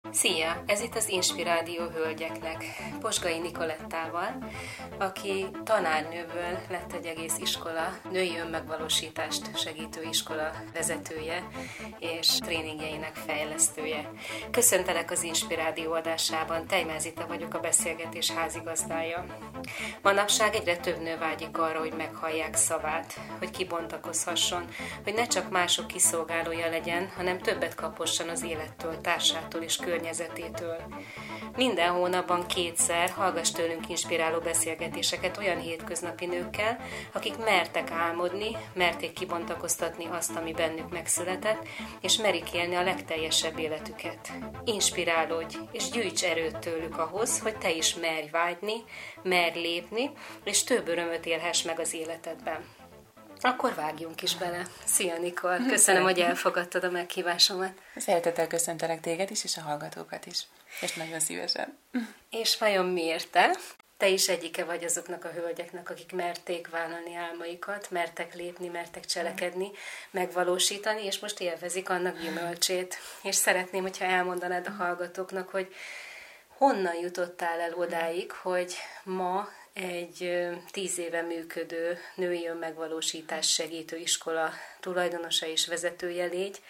Szia! Ez itt az Inspirádió hölgyeknek, Posgai Nikolettával, aki tanárnőből lett egy egész iskola, női önmegvalósítást segítő iskola vezetője és tréningjeinek fejlesztője. Köszöntelek az Inspirádió adásában, Tejmel Zita vagyok, a beszélgetés házigazdája. Manapság egyre több nő vágyik arra, hogy meghallják szavát, hogy kibontakozhasson, hogy ne csak mások kiszolgálója legyen, hanem többet kaphasson az élettől, társától és környezetétől. Minden hónapban 2-szer hallgass tőlünk inspiráló beszélgetéseket olyan hétköznapi nőkkel, akik mertek álmodni, merték kibontakoztatni azt, ami bennük megszületett, és merik élni a legteljesebb életüket. Inspirálódj, és gyűjts erőt tőlük ahhoz, hogy te is merj vágyni, merj lépni, és több örömöt élhess meg az életedben. Akkor vágjunk is bele. Szia, Nikol! Köszönöm, hogy elfogadtad a meghívásomat. Szeretettel köszöntelek téged is, és a hallgatókat is. És nagyon szívesen. És vajon miért te? Te is egyike vagy azoknak a hölgyeknek, akik merték vállalni álmaikat, mertek lépni, mertek cselekedni, megvalósítani, és most élvezik annak gyümölcsét. És szeretném, hogyha elmondanád a hallgatóknak, hogy honnan jutottál el odáig, hogy ma egy 10 éve működő női önmegvalósítás segítő iskola tulajdonosa és vezetője légy,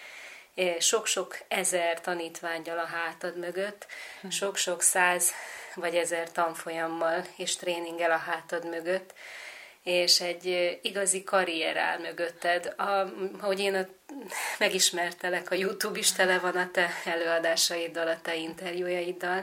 sok-sok ezer tanítvánnyal a hátad mögött, sok-sok 100 vagy 1000 tanfolyammal és tréninggel a hátad mögött, és egy igazi karrier áll mögötted. Ahogy én megismertelek, a YouTube is tele van a te előadásaiddal, a te interjújaiddal,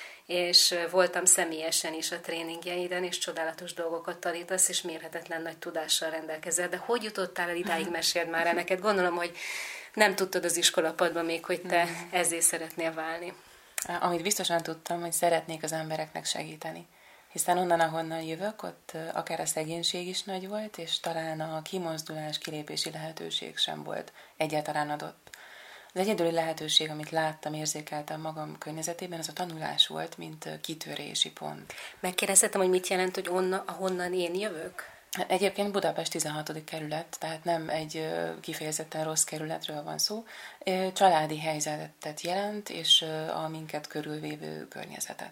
és voltam személyesen is a tréningjeiden, és csodálatos dolgokat tanítasz, és mérhetetlen nagy tudással rendelkezel. De hogy jutottál el idáig, meséld már el neked? Gondolom, hogy nem tudtad az iskolapadban még, hogy te ezzé szeretnél válni. Amit biztosan tudtam, hogy szeretnék az embereknek segíteni. Hiszen onnan, ahonnan jövök, ott akár a szegénység is nagy volt, és talán a kimozdulás, kilépési lehetőség sem volt egyáltalán adott. Az egyedüli lehetőség, amit láttam, érzékeltem magam környezetében, az a tanulás volt, mint kitörési pont. Megkérdeztem, hogy mit jelent, hogy ahonnan én jövök? Egyébként Budapest 16. kerület, tehát nem egy kifejezetten rossz kerületről van szó. Családi helyzetet jelent, és a minket körülvévő környezetet.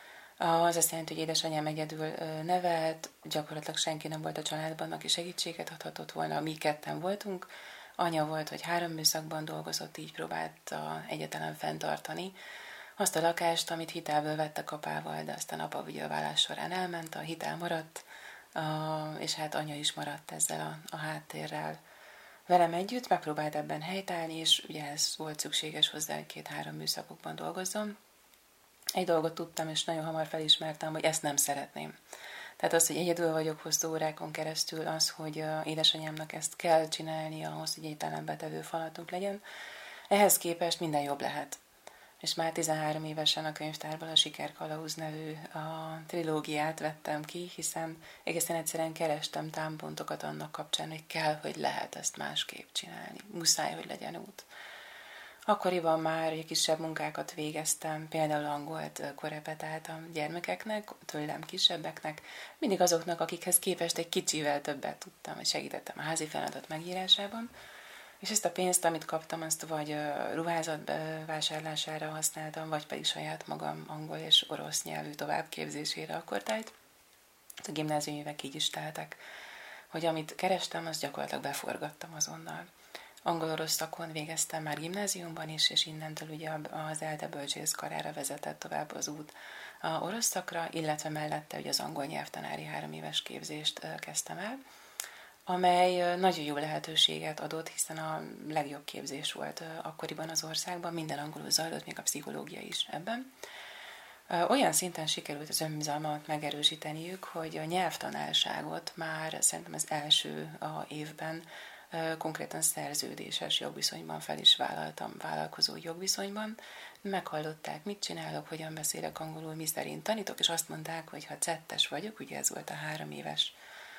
Az azt jelenti, hogy édesanyám egyedül nevelt, gyakorlatilag senki nem volt a családban, aki segítséget adhatott volna, mi ketten voltunk. Anya volt, hogy 3 műszakban dolgozott, így próbálta egyetlen fenntartani azt a lakást, amit hitelből vettek apával, de aztán apa ugye a vállás során elment, a hitel maradt, és hát anya is maradt ezzel a háttérrel velem együtt, megpróbált ebben helytállni, és ugye ez volt szükséges hozzá, hogy 2-3 műszakokban dolgozzon. Egy dolgot tudtam, és nagyon hamar felismertem, hogy ezt nem szeretném. Tehát az, hogy egyedül vagyok hosszú órákon keresztül, az, hogy édesanyámnak ezt kell csinálni ahhoz, hogy egyáltalán betevő falatunk legyen, ehhez képest minden jobb lehet. És már 13 évesen a könyvtárból a Sikerkalauz nevű a trilógiát vettem ki, hiszen egészen egyszerűen kerestem támpontokat annak kapcsán, hogy kell, hogy lehet ezt másképp csinálni. Muszáj, hogy legyen út. Akkoriban már egy kisebb munkákat végeztem, például angolt korrepetáltam gyermekeknek, tőlem kisebbeknek, mindig azoknak, akikhez képest egy kicsivel többet tudtam, hogy segítettem a házi feladat megírásában, és ezt a pénzt, amit kaptam, azt vagy ruházat vásárlására használtam, vagy pedig saját magam angol és orosz nyelvű továbbképzésére akkortájt. A gimnáziumi évek így is teltek, hogy amit kerestem, azt gyakorlatilag beforgattam azonnal. Angol-orosz szakon végeztem már gimnáziumban is, és innentől ugye az ELTE bölcsészkarára vezetett tovább az út a orosz szakra, illetve mellette ugye az angol nyelvtanári 3 éves képzést kezdtem el, amely nagyon jó lehetőséget adott, hiszen a legjobb képzés volt akkoriban az országban, minden angolul zajlott, még a pszichológia is ebben. Olyan szinten sikerült az önbizalmat megerősíteniük, hogy a nyelvtanárságot már szerintem az első évben konkrétan szerződéses jogviszonyban fel is vállaltam, vállalkozó jogviszonyban. Meghallották, mit csinálok, hogyan beszélek angolul, mi szerint tanítok, és azt mondták, hogy ha C2-es vagyok, ugye ez volt a 3 éves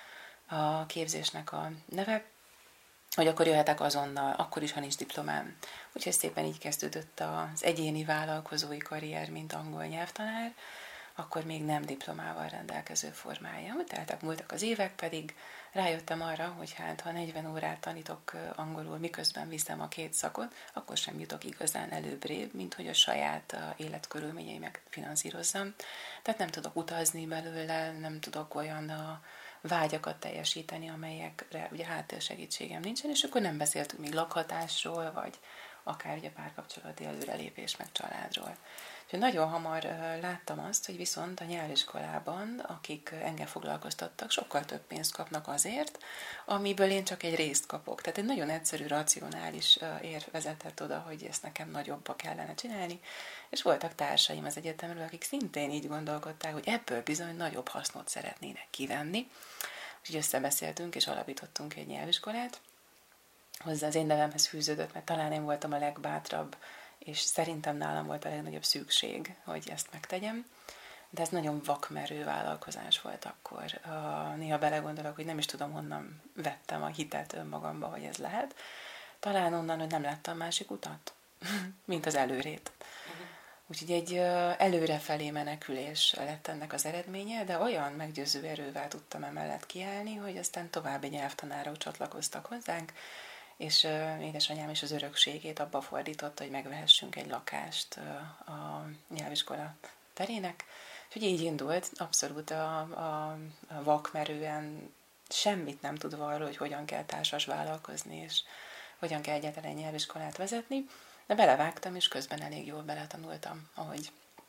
a képzésnek a neve, hogy akkor jöhetek azonnal, akkor is, ha nincs diplomám. Úgyhogy szépen így kezdődött az egyéni vállalkozói karrier, mint angol nyelvtanár, akkor még nem diplomával rendelkező formája. Múltak az évek, pedig rájöttem arra, hogy hát ha 40 órát tanítok angolul, miközben viszem a 2 szakot, akkor sem jutok igazán előbbrébb, mint hogy a saját életkörülményeimet finanszírozzam. Tehát nem tudok utazni belőle, nem tudok olyan vágyakat teljesíteni, amelyekre ugye háttérsegítségem nincsen, és akkor nem beszéltünk még lakhatásról, vagy akár ugye párkapcsolati előrelépés, meg családról. Úgyhogy nagyon hamar láttam azt, hogy viszont a nyelviskolában, akik engem foglalkoztattak, sokkal több pénzt kapnak azért, amiből én csak egy részt kapok. Tehát egy nagyon egyszerű, racionális érv vezetett oda, hogy ezt nekem nagyobba kellene csinálni, és voltak társaim az egyetemről, akik szintén így gondolkodták, hogy ebből bizony nagyobb hasznot szeretnének kivenni. Úgyhogy összebeszéltünk, és alapítottunk egy nyelviskolát. Hozzá az én nevemhez fűződött, mert talán én voltam a legbátrabb, és szerintem nálam volt a legnagyobb szükség, hogy ezt megtegyem. De ez nagyon vakmerő vállalkozás volt akkor. Néha belegondolok, hogy nem is tudom, honnan vettem a hitet önmagamba, hogy ez lehet. Talán onnan, hogy nem láttam másik utat, mint az előrét. Úgyhogy egy előrefelé menekülés lett ennek az eredménye, de olyan meggyőző erővel tudtam emellett kiállni, hogy aztán további nyelvtanárok csatlakoztak hozzánk, és édesanyám is az örökségét abba fordította, hogy megvehessünk egy lakást a nyelviskola terének. Úgyhogy így indult, abszolút a vakmerően, semmit nem tudva arról, hogy hogyan kell társas vállalkozni, és hogyan kell egyáltalán nyelviskolát vezetni, de belevágtam, és közben elég jól beletanultam, ahogy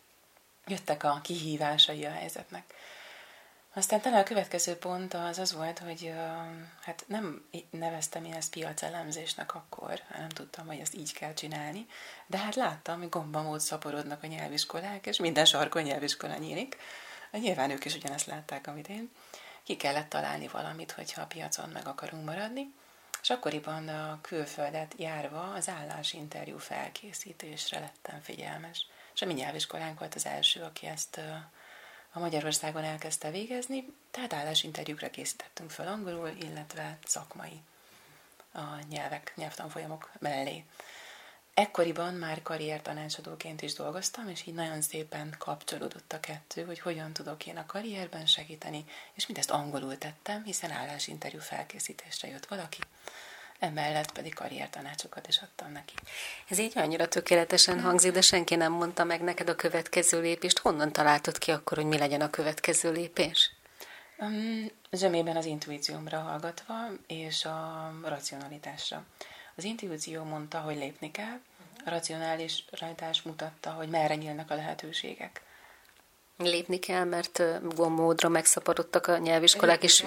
jöttek a kihívásai a helyzetnek. Aztán talán a következő pont az volt, hogy hát nem neveztem én ezt piacelemzésnek akkor, nem tudtam, hogy ezt így kell csinálni, de hát láttam, hogy gombamód szaporodnak a nyelviskolák, és minden sarkon nyelviskola nyílik. Nyilván ők is ugyanezt látták, amit én. Ki kellett találni valamit, hogyha a piacon meg akarunk maradni, és akkoriban a külföldet járva az állásinterjú felkészítésre lettem figyelmes. És a mi nyelviskolánk volt az első, aki ezt a Magyarországon elkezdte végezni, tehát állásinterjúkra készítettünk fel angolul, illetve szakmai a nyelvtanfolyamok mellé. Ekkoriban már karriertanácsadóként is dolgoztam, és így nagyon szépen kapcsolódott a kettő, hogy hogyan tudok én a karrierben segíteni, és mindezt angolul tettem, hiszen állásinterjú felkészítésre jött valaki, emellett pedig karriertanácsokat is adtam neki. Ez így annyira tökéletesen hangzik, de senki nem mondta meg neked a következő lépést. Honnan találtad ki akkor, hogy mi legyen a következő lépés? Zsömében az intuíciómra hallgatva, és a racionalitásra. Az intuíció mondta, hogy lépni kell, a racionális rajtás mutatta, hogy merre nyílnak a lehetőségek. Lépni kell, mert gombódra megszaporodtak a nyelviskolák, és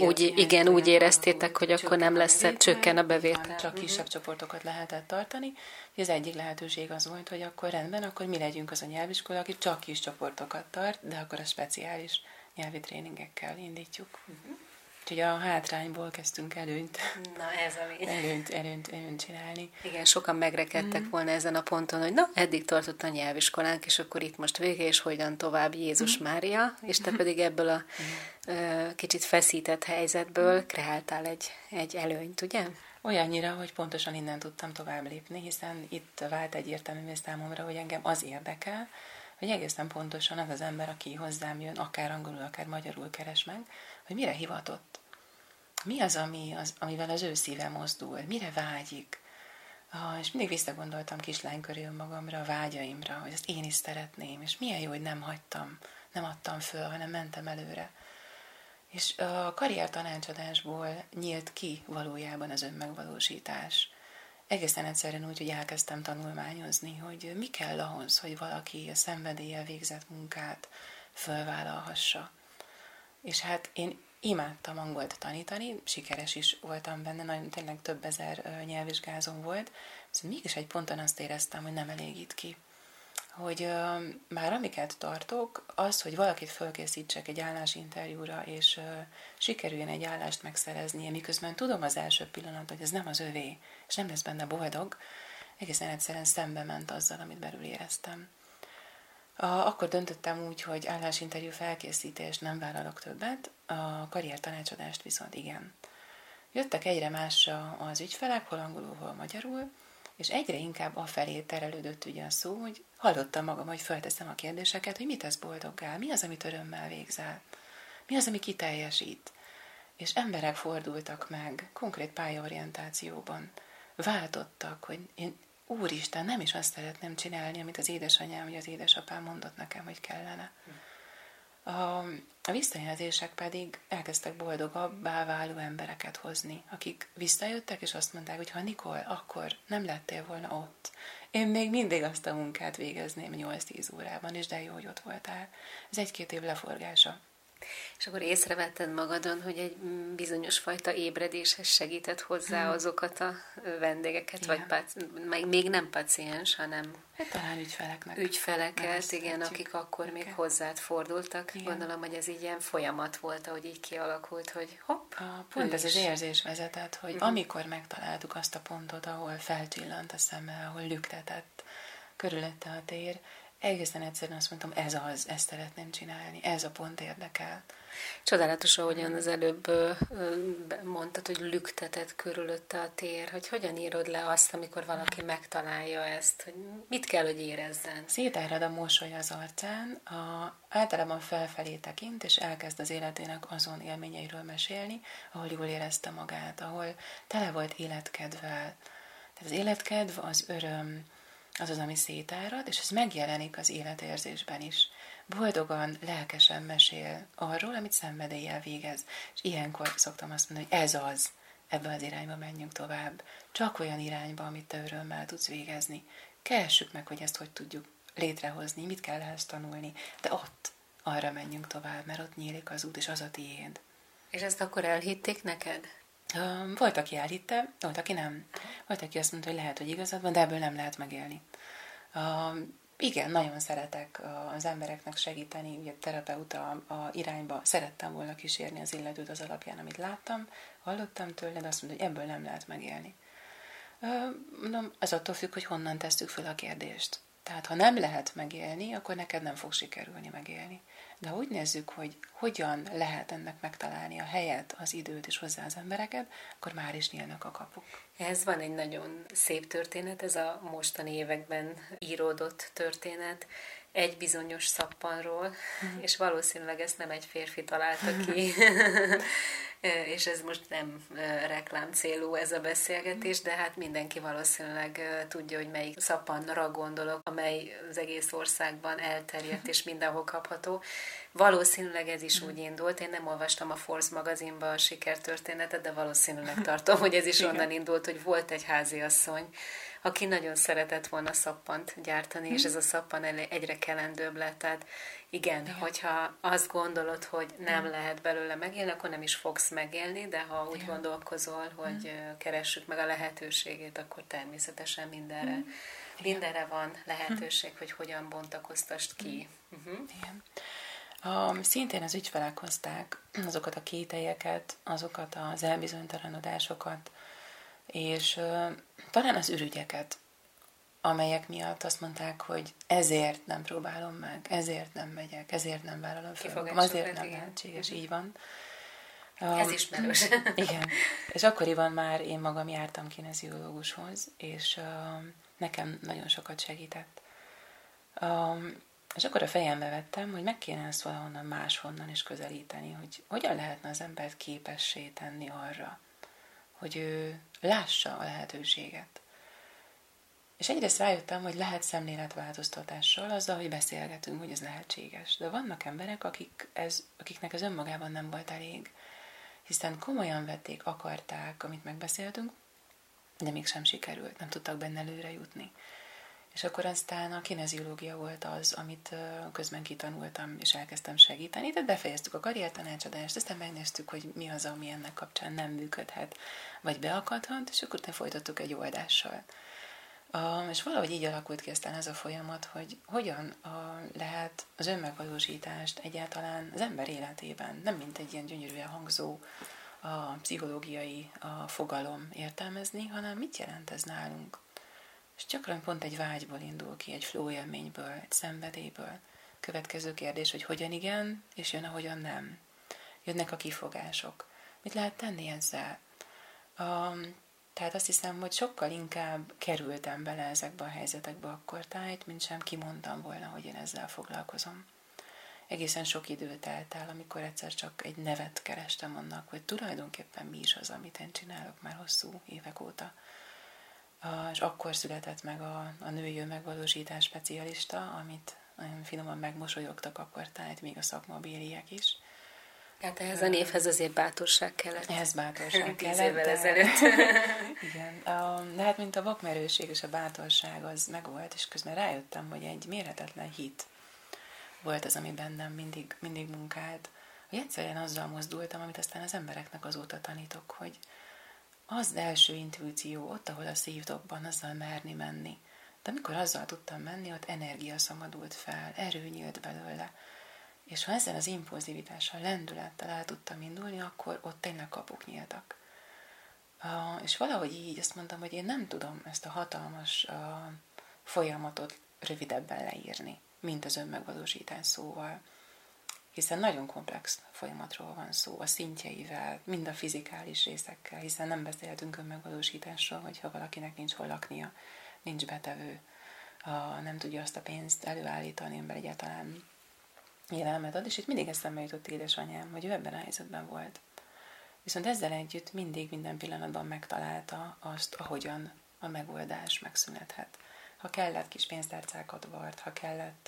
úgy éreztétek, hogy akkor nem lesz, csökken a bevétel. Csak kisebb csoportokat lehetett tartani. Az egyik lehetőség az volt, hogy akkor rendben, akkor mi legyünk az a nyelviskola, aki csak kis csoportokat tart, de akkor a speciális nyelvi tréningekkel indítjuk. Úgyhogy a hátrányból kezdtünk előnyt. Na ez ami. Előnyt csinálni. Igen, sokan megrekedtek volna ezen a ponton, hogy na, eddig tartott a nyelviskolánk, és akkor itt most vége, és hogyan tovább Jézus Mária, és te pedig ebből a kicsit feszített helyzetből kreáltál egy előnyt, ugye? Olyannyira, hogy pontosan innen tudtam tovább lépni, hiszen itt vált egyértelművé számomra, hogy engem az érdekel, hogy egészen pontosan az az ember, aki hozzám jön, akár angolul, akár magyarul keres meg, hogy mire hivatott. Mi az, amivel az ő szíve mozdul, mire vágyik. És mindig visszagondoltam kislány köré önmagamra, a vágyaimra, hogy ezt én is szeretném, és milyen jó, hogy nem hagytam, nem adtam föl, hanem mentem előre. És a karriertanácsadásból nyílt ki valójában az önmegvalósítás. Egészen egyszerűen úgy, hogy elkezdtem tanulmányozni, hogy mi kell ahhoz, hogy valaki a szenvedéllyel végzett munkát fölvállalhassa. És hát én imádtam angolt tanítani, sikeres is voltam benne, nagyon tényleg több ezer nyelvvizsgázom volt, viszont mégis egy ponton azt éreztem, hogy nem elégít ki. Hogy már amiket tartok, az, hogy valakit fölkészítsek egy állásinterjúra, és sikerüljön egy állást megszereznie, miközben tudom az első pillanat, hogy ez nem az övé, és nem lesz benne boldog, egészen egyszerűen szembe ment azzal, amit belül éreztem. Akkor döntöttem úgy, hogy állásinterjú felkészítést nem vállalok többet, a karriertanácsadást viszont igen. Jöttek egyre másra az ügyfelek, hol angolul, hol magyarul, És egyre inkább afelé terelődött ugye a szó, hogy hallottam magam, hogy felteszem a kérdéseket, hogy mit tesz boldoggá, mi az, amit örömmel végzel, mi az, ami kiteljesít. És emberek fordultak meg konkrét pályaorientációban, váltottak, hogy én Úristen, nem is azt szeretném csinálni, amit az édesanyám vagy az édesapám mondott nekem, hogy kellene. A visszajelzések pedig elkezdtek boldogabbá váló embereket hozni, akik visszajöttek, és azt mondták, hogy ha Nikol, akkor nem lettél volna ott. Én még mindig azt a munkát végezném 8-10 órában, és de jó, hogy ott voltál. Ez 1-2 év leforgása. És akkor észrevetted magadon, hogy egy bizonyos fajta ébredéshez segített hozzá azokat a vendégeket, vagy még nem paciens, hanem hát talán ügyfeleket, igen, akik akkor még hozzád fordultak. Igen. Gondolom, hogy ez így ilyen folyamat volt, ahogy így kialakult, hogy hopp. Pont ez az érzés vezetett, hogy amikor megtaláltuk azt a pontot, ahol felcsillant a szeme, ahol lüktetett körülötte a tér, egészen egyszerűen azt mondtam, ez az, ezt szeretném csinálni, ez a pont érdekel. Csodálatos, ahogyan az előbb mondtad, hogy lüktetett körülötte a tér, hogy hogyan írod le azt, amikor valaki megtalálja ezt, hogy mit kell, hogy érezzen. Szétárad a mosoly az arcán, általában felfelé tekint, és elkezd az életének azon élményeiről mesélni, ahol jól érezte magát, ahol tele volt életkedvvel. Tehát az életkedv, az öröm, az az, ami szétárad, és ez megjelenik az életérzésben is. Boldogan, lelkesen mesél arról, amit szenvedéllyel végez. És ilyenkor szoktam azt mondani, hogy ez az, ebbe az irányba menjünk tovább. Csak olyan irányba, amit te örömmel tudsz végezni. Keressük meg, hogy ezt hogy tudjuk létrehozni, mit kell ehhez tanulni, de ott, arra menjünk tovább, mert ott nyílik az út, és az a tiéd. És ezt akkor elhitték neked? Volt, aki elhitte, volt, aki nem. Volt, aki azt mondta, hogy lehet, hogy igazad van, de ebből nem lehet megélni. Igen, nagyon szeretek az embereknek segíteni, ugye terapeuta irányba szerettem volna kísérni az illetőt az alapján, amit láttam, hallottam tőle, de azt mondta, hogy ebből nem lehet megélni. Mondom, ez attól függ, hogy honnan tesszük föl a kérdést. Tehát, ha nem lehet megélni, akkor neked nem fog sikerülni megélni. De ha úgy nézzük, hogy hogyan lehet ennek megtalálni a helyet, az időt és hozzá az embereket, akkor már is nyílnak a kapuk. Ez van egy nagyon szép történet, ez a mostani években íródott történet, egy bizonyos szappanról, és valószínűleg ezt nem egy férfi találta ki, és ez most nem reklám célú ez a beszélgetés, de hát mindenki valószínűleg tudja, hogy melyik szappanra gondolok, amely az egész országban elterjedt és mindenhol kapható. Valószínűleg ez is úgy indult, én nem olvastam a Force magazinba a sikertörténetet, de valószínűleg tartom, hogy ez is onnan indult, hogy volt egy háziasszony, aki nagyon szeretett volna szappant gyártani, és ez a szappan egyre kelendőbb lett. Tehát igen, hogyha azt gondolod, hogy nem lehet belőle megélni, akkor nem is fogsz megélni, de ha úgy gondolkozol, hogy keressük meg a lehetőségét, akkor természetesen mindenre van lehetőség, hogy hogyan bontakoztasd ki. Igen. Szintén az ügyfelek hozták azokat a kételyeket, azokat az elbizonytalanodásokat, és talán az ürügyeket, amelyek miatt azt mondták, hogy ezért nem próbálom meg, ezért nem megyek, ezért nem vállalom fel, azért nem lehetséges, így van. Ez ismerős. Igen, és akkoriban már én magam jártam kineziológushoz, és nekem nagyon sokat segített. És akkor a fejembe vettem, hogy meg kéne ezt valahonnan máshonnan is közelíteni, hogy hogyan lehetne az embert képessé tenni arra, hogy ő lássa a lehetőséget. És egyrészt rájöttem, hogy lehet szemléletváltoztatással, azzal, hogy beszélgetünk, hogy ez lehetséges. De vannak emberek, akiknek ez önmagában nem volt elég, hiszen komolyan vették, akarták, amit megbeszéltünk, de mégsem sikerült, nem tudtak benne előre jutni. És akkor aztán a kineziológia volt az, amit közben kitanultam, és elkezdtem segíteni, tehát befejeztük a karriertanácsadást, aztán megnéztük, hogy mi az, ami ennek kapcsán nem működhet, vagy beakadhat, és akkor folytattuk egy oldással. És valahogy így alakult ki aztán ez a folyamat, hogy hogyan lehet az önmegvalósítást egyáltalán az ember életében, nem mint egy ilyen gyönyörűen hangzó a pszichológiai fogalom értelmezni, hanem mit jelent ez nálunk. És gyakran pont egy vágyból indul ki, egy flow élményből, egy szenvedélyből. Következő kérdés, hogy hogyan igen, és jön, ahogyan nem. Jönnek a kifogások. Mit lehet tenni ezzel? Tehát azt hiszem, hogy sokkal inkább kerültem bele ezekbe a helyzetekbe akkor tájt, mint sem kimondtam volna, hogy én ezzel foglalkozom. Egészen sok idő telt el, amikor egyszer csak egy nevet kerestem annak, hogy tulajdonképpen mi is az, amit én csinálok már hosszú évek óta. És akkor született meg a női önmegvalósítás specialista, amit nagyon finoman megmosolyogtak akkor tájt, még a szakmabéliek is. Hát ehhez a névhez azért bátorság kellett. Ehhez bátorság kellett. 10 évvel ezelőtt. Igen. De hát mint a vakmerőség és a bátorság az megvolt, és közben rájöttem, hogy egy mérhetetlen hit volt az, ami bennem mindig munkált. Hogy egyszerűen azzal mozdultam, amit aztán az embereknek azóta tanítok, hogy az első intuíció, ott, ahol a szív dobban, azzal merni menni. De amikor azzal tudtam menni, ott energia szabadult fel, erő nyílt belőle. És ha ezzel az impulzivitással, lendülettel el tudtam indulni, akkor ott tényleg kapuk nyíltak. És valahogy így azt mondtam, hogy én nem tudom ezt a hatalmas folyamatot rövidebben leírni, mint az önmegvalósítás szóval. Hiszen nagyon komplex folyamatról van szó, a szintjeivel, mind a fizikális részekkel, hiszen nem beszéltünk önmegvalósításról, hogyha valakinek nincs hol laknia, nincs betevő, nem tudja azt a pénzt előállítani, amiben egyáltalán élelmet ad, és itt mindig eszembe jutott édesanyám, hogy ő ebben a helyzetben volt. Viszont ezzel együtt mindig minden pillanatban megtalálta azt, ahogyan a megoldás megszülethet. Ha kellett, kis pénztárcákat vart, ha kellett,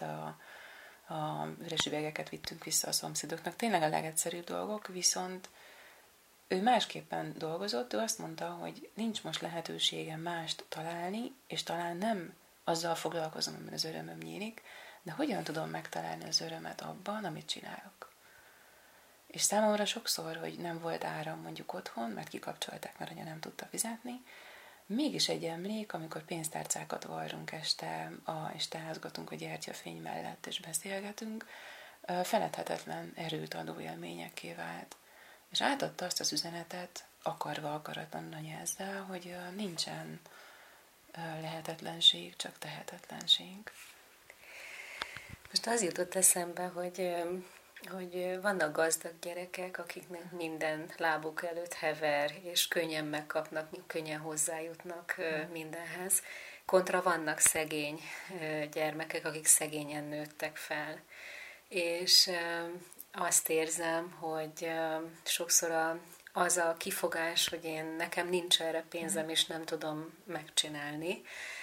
a üres üvegeket vittünk vissza a szomszédoknak. Tényleg a legegyszerűbb dolgok, viszont ő másképpen dolgozott, ő azt mondta, hogy nincs most lehetőségem mást találni, és talán nem azzal foglalkozom, amiben az örömöm nyílik, de hogyan tudom megtalálni az örömet abban, amit csinálok. És számomra sokszor, hogy nem volt áram mondjuk otthon, mert kikapcsolták, mert anya nem tudta fizetni, mégis egy emlék, amikor pénztárcákat varrunk este, és teázgatunk a gyertyafény mellett, és beszélgetünk, feledhetetlen erőt adó élményekké vált. És átadta azt az üzenetet, akarva, akaratlanul anya ezzel, hogy nincsen lehetetlenség, csak tehetetlenség. Most az jutott eszembe, hogy vannak gazdag gyerekek, akiknek minden lábuk előtt hever, és könnyen megkapnak, könnyen hozzájutnak mindenhez. Kontra vannak szegény gyermekek, akik szegényen nőttek fel. És azt érzem, hogy sokszor az a kifogás, hogy nekem nincs erre pénzem, és nem tudom megcsinálni,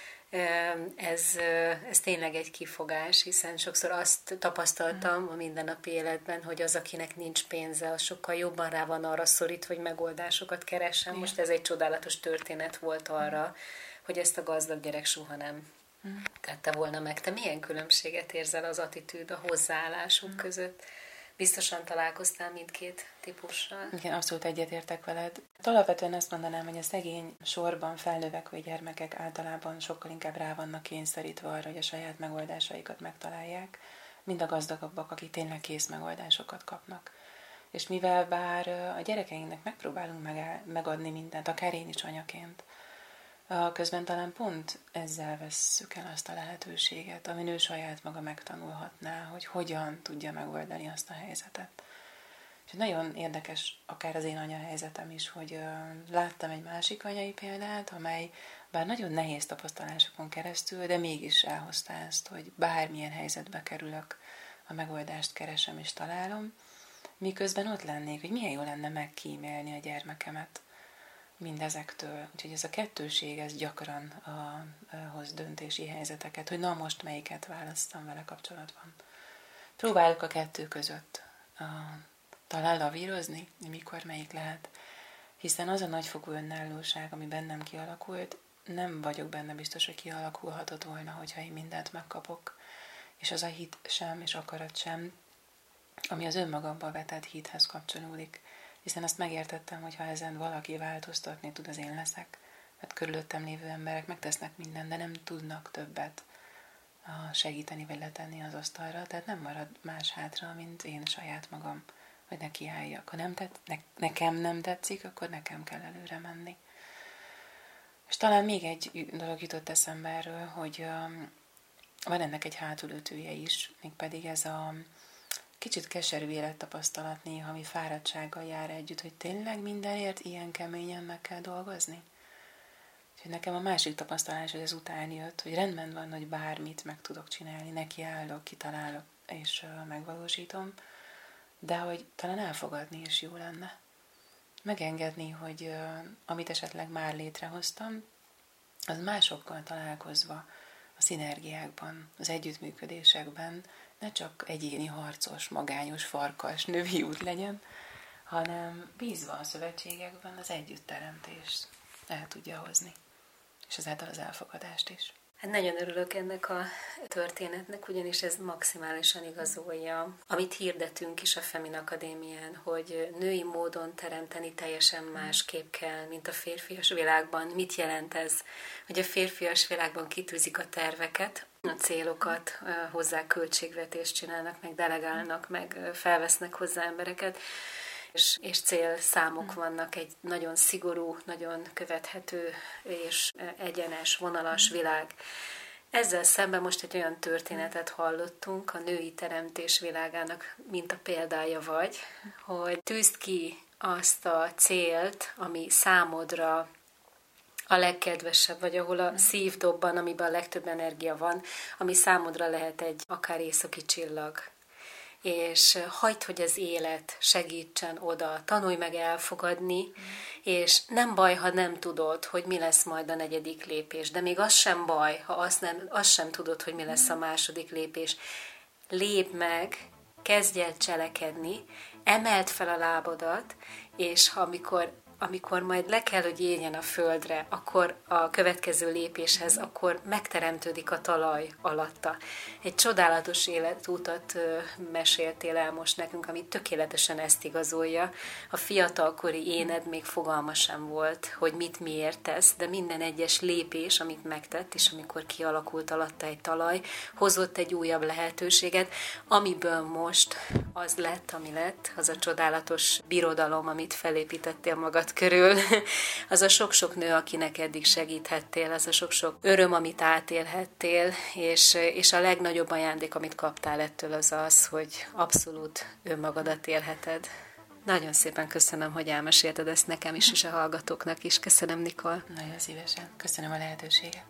ez tényleg egy kifogás, hiszen sokszor azt tapasztaltam a mindennapi életben, hogy az, akinek nincs pénze, az sokkal jobban rá van arra szorítva, hogy megoldásokat keressen. Most ez egy csodálatos történet volt arra, hogy ezt a gazdag gyerek soha nem tette volna meg. Te milyen különbséget érzel az attitűd, a hozzáállások között? Biztosan találkoztál mindkét típussal. Igen, abszolút egyetértek veled. Alapvetően azt mondanám, hogy a szegény sorban felnövekvő gyermekek általában sokkal inkább rá vannak kényszerítve arra, hogy a saját megoldásaikat megtalálják, mint a gazdagabbak, akik tényleg kész megoldásokat kapnak. És mivel bár a gyerekeinknek megpróbálunk megadni mindent, akár én is anyaként, közben talán pont ezzel vesszük el azt a lehetőséget, amin ő saját maga megtanulhatná, hogy hogyan tudja megoldani azt a helyzetet. És nagyon érdekes akár az én anyahelyzetem is, hogy láttam egy másik anyai példát, amely bár nagyon nehéz tapasztalásokon keresztül, de mégis elhozta ezt, hogy bármilyen helyzetbe kerülök, a megoldást keresem és találom, miközben ott lennék, hogy milyen jó lenne megkímélni a gyermekemet mindezektől. Úgyhogy ez a kettőség, ez gyakran hoz döntési helyzeteket, hogy na most melyiket választam vele kapcsolatban. Próbálok a kettő között talán lavírozni, mikor melyik lehet. Hiszen az a nagyfokú önállóság, ami bennem kialakult, nem vagyok benne biztos, hogy kialakulhatott volna, hogyha én mindent megkapok. És az a hit sem, és akarat sem, ami az önmagamba vetett hithez kapcsolódik. Hiszen azt megértettem, hogy ha ezen valaki változtatni tud, az én leszek. Mert körülöttem lévő emberek megtesznek mindent, de nem tudnak többet segíteni vagy letenni az asztalra, tehát nem marad más hátra, mint én saját magam, hogy nekiálljak. Ha nekem nem tetszik, akkor nekem kell előre menni. És talán még egy dolog jutott eszembe erről, hogy van ennek egy hátulütője is, mégpedig ez a kicsit keserű élettapasztalat néha, ami fáradtsággal jár együtt, hogy tényleg mindenért ilyen keményen meg kell dolgozni. És nekem a másik tapasztalás, hogy ez után jött, hogy rendben van, hogy bármit meg tudok csinálni, nekiállok, kitalálok, és megvalósítom, de hogy talán elfogadni is jó lenne. Megengedni, hogy amit esetleg már létrehoztam, az másokkal találkozva, a szinergiákban, az együttműködésekben ne csak egyéni harcos, magányos, farkas, női út legyen, hanem bízva a szövetségekben az együttteremtést el tudja hozni. És ezáltal az elfogadást is. Hát nagyon örülök ennek a történetnek, ugyanis ez maximálisan igazolja, amit hirdetünk is a Femin Akadémián, hogy női módon teremteni teljesen másképp kell, mint a férfias világban. Mit jelent ez? Hogy a férfias világban kitűzik a terveket, a célokat, hozzá költségvetést csinálnak, meg delegálnak, meg felvesznek hozzá embereket, és célszámok vannak, egy nagyon szigorú, nagyon követhető és egyenes, vonalas világ. Ezzel szemben most egy olyan történetet hallottunk, a női teremtés világának, mint a példája vagy, hogy tűzd ki azt a célt, ami számodra a legkedvesebb, vagy ahol a szív dobban, amiben a legtöbb energia van, ami számodra lehet egy akár északi csillag. És hagyd, hogy az élet segítsen oda, tanulj meg elfogadni, és nem baj, ha nem tudod, hogy mi lesz majd a 4. lépés, de még az sem baj, ha azt sem tudod, hogy mi lesz a 2. lépés. Lépd meg, kezdj el cselekedni, emeld fel a lábodat, és amikor majd le kell, hogy érjen a földre, akkor a következő lépéshez, akkor megteremtődik a talaj alatta. Egy csodálatos életútat meséltél el most nekünk, ami tökéletesen ezt igazolja. A fiatalkori éned még fogalma sem volt, hogy mit miért tesz, de minden egyes lépés, amit megtett, és amikor kialakult alatta egy talaj, hozott egy újabb lehetőséget, amiből most az lett, ami lett, az a csodálatos birodalom, amit felépítettél magad körül, az a sok-sok nő, akinek eddig segíthettél, az a sok-sok öröm, amit átélhettél, és a legnagyobb ajándék, amit kaptál ettől, az az, hogy abszolút önmagadat élheted. Nagyon szépen köszönöm, hogy elmesélted ezt nekem is, és a hallgatóknak is. Köszönöm, Nikol. Nagyon szívesen. Köszönöm a lehetőséget.